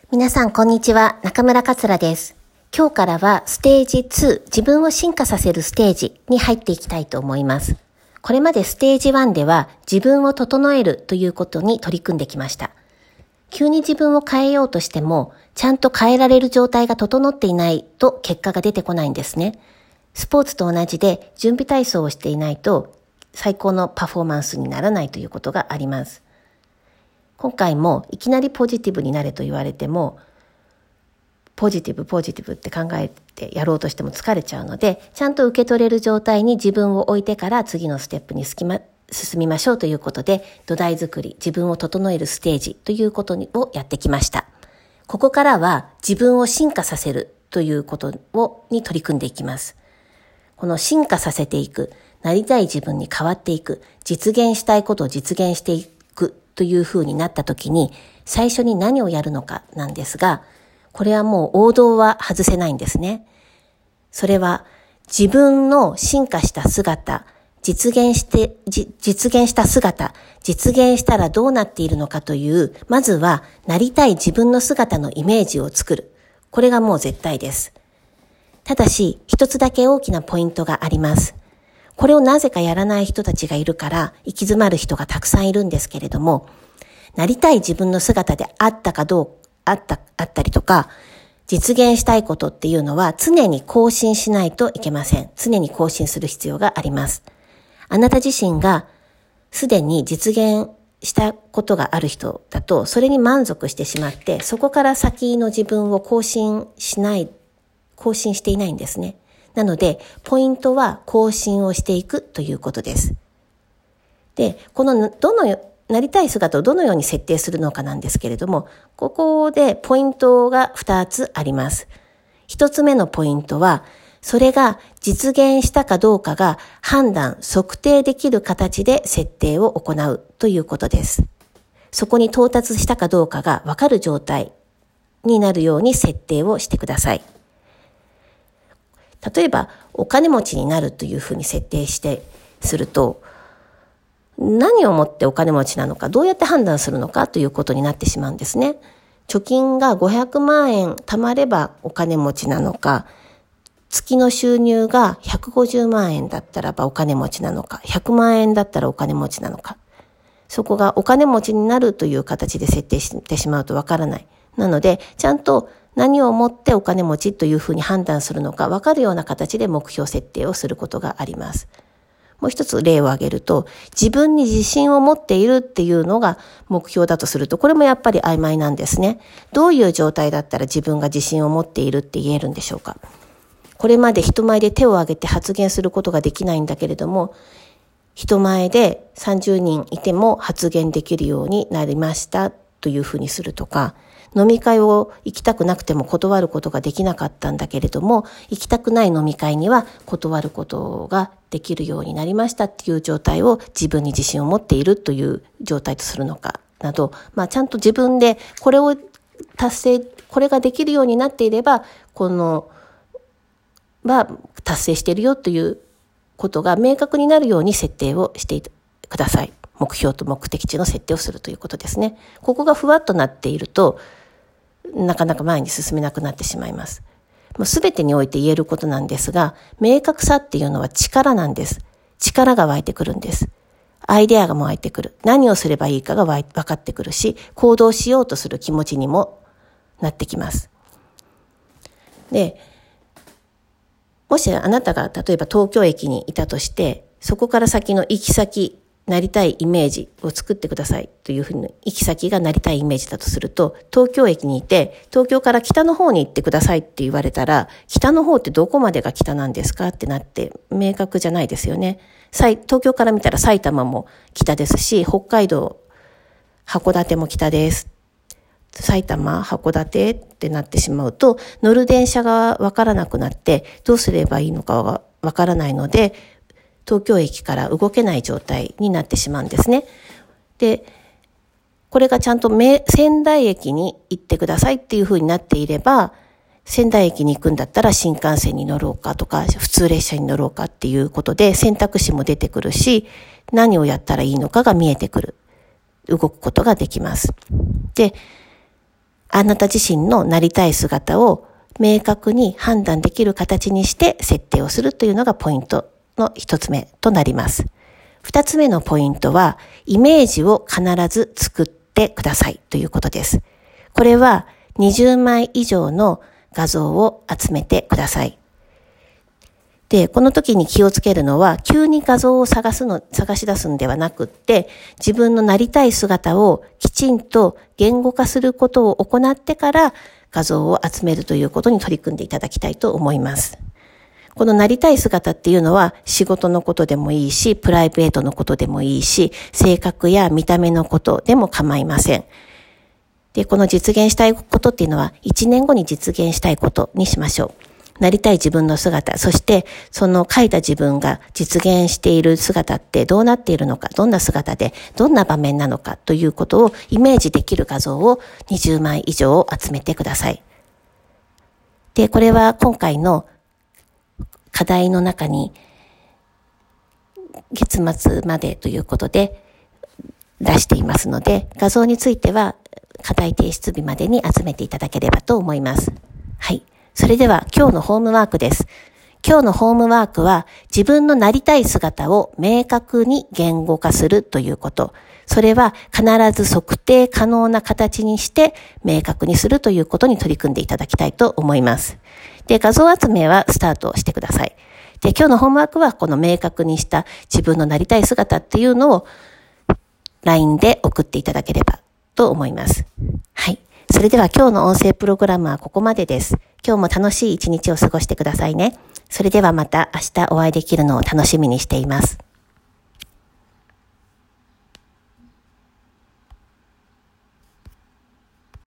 皆さんこんにちは、中村桂です。今日からはステージ2、自分を進化させるステージに入っていきたいと思います。これまでステージ1では自分を整えるということに取り組んできました。急に自分を変えようとしても、ちゃんと変えられる状態が整っていないと結果が出てこないんですね。スポーツと同じで準備体操をしていないと最高のパフォーマンスにならないということがあります。今回もいきなりポジティブになれと言われても、ポジティブって考えてやろうとしても疲れちゃうので、ちゃんと受け取れる状態に自分を置いてから次のステップに進みましょうということで、土台作り、自分を整えるステージということをやってきました。ここからは自分を進化させるということに取り組んでいきます。この進化させていく、なりたい自分に変わっていく、実現したいことを実現していくという風になった時に、最初に何をやるのかなんですが、これはもう王道は外せないんですね。それは自分の進化した姿、実現した姿、実現したらどうなっているのかという、まずはなりたい自分の姿のイメージを作る。これがもう絶対です。ただし、一つだけ大きなポイントがあります。これをなぜかやらない人たちがいるから、行き詰まる人がたくさんいるんですけれども、なりたい自分の姿であったりとか、実現したいことっていうのは常に更新しないといけません。常に更新する必要があります。あなた自身がすでに実現したことがある人だと、それに満足してしまって、そこから先の自分を更新していないんですね。なので、ポイントは更新をしていくということです。で、このなりたい姿をどのように設定するのかなんですけれども、ここでポイントが2つあります。1つ目のポイントは、それが実現したかどうかが測定できる形で設定を行うということです。そこに到達したかどうかが分かる状態になるように設定をしてください。例えば、お金持ちになるというふうに設定すると、何をもってお金持ちなのか、どうやって判断するのかということになってしまうんですね。貯金が500万円貯まればお金持ちなのか、月の収入が150万円だったらばお金持ちなのか、100万円だったらお金持ちなのか。そこがお金持ちになるという形で設定してしまうとわからない。なので、ちゃんと何をもってお金持ちというふうに判断するのかわかるような形で目標設定をすることがあります。もう一つ例を挙げると、自分に自信を持っているっていうのが目標だとすると、これもやっぱり曖昧なんですね。どういう状態だったら自分が自信を持っているって言えるんでしょうか。これまで人前で手を挙げて発言することができないんだけれども、人前で30人いても発言できるようになりましたというふうにするとか、飲み会を行きたくなくても断ることができなかったんだけれども、行きたくない飲み会には断ることができるようになりましたっていう状態を自分に自信を持っているという状態とするのかなど、ちゃんと自分でこれができるようになっていれば、達成しているよということが明確になるように設定をしてください。目標と目的地の設定をするということですね。ここがふわっとなっていると、なかなか前に進めなくなってしまいます。すべてにおいて言えることなんですが、明確さっていうのは力なんです。力が湧いてくるんです。アイデアが湧いてくる。何をすればいいかが分かってくるし、行動しようとする気持ちにもなってきます。で、もしあなたが例えば東京駅にいたとして、そこから先の行き先、なりたいイメージを作ってくださいというふうに、行き先がなりたいイメージだとすると、東京駅にいて、東京から北の方に行ってくださいって言われたら、北の方ってどこまでが北なんですかってなって、明確じゃないですよね。東京から見たら埼玉も北ですし、北海道、函館も北です。埼玉、函館ってなってしまうと、乗る電車がわからなくなって、どうすればいいのかがわからないので、東京駅から動けない状態になってしまうんですね。で、これがちゃんと仙台駅に行ってくださいっていう風になっていれば、仙台駅に行くんだったら新幹線に乗ろうかとか、普通列車に乗ろうかっていうことで選択肢も出てくるし、何をやったらいいのかが見えてくる。動くことができます。で、 あなた自身のなりたい姿を明確に判断できる形にして設定をするというのがポイントの一つ目となります。二つ目のポイントは、イメージを必ず作ってくださいということです。これは20枚以上の画像を集めてください。で、この時に気をつけるのは、急に画像を探し出すんではなくって、自分のなりたい姿をきちんと言語化することを行ってから画像を集めるということに取り組んでいただきたいと思います。このなりたい姿っていうのは仕事のことでもいいし、プライベートのことでもいいし、性格や見た目のことでも構いません。で、この実現したいことっていうのは1年後に実現したいことにしましょう。なりたい自分の姿、そしてその描いた自分が実現している姿ってどうなっているのか、どんな姿で、どんな場面なのかということをイメージできる画像を20枚以上集めてください。で、これは今回の課題の中に月末までということで出していますので、画像については課題提出日までに集めていただければと思います。はい。それでは今日のホームワークです。今日のホームワークは自分のなりたい姿を明確に言語化するということ。それは必ず測定可能な形にして明確にするということに取り組んでいただきたいと思います。で、画像集めはスタートしてください。で、今日のホームワークはこの明確にした自分のなりたい姿っていうのを LINE で送っていただければと思います。はい。それでは今日の音声プログラムはここまでです。今日も楽しい一日を過ごしてくださいね。それではまた明日お会いできるのを楽しみにしています。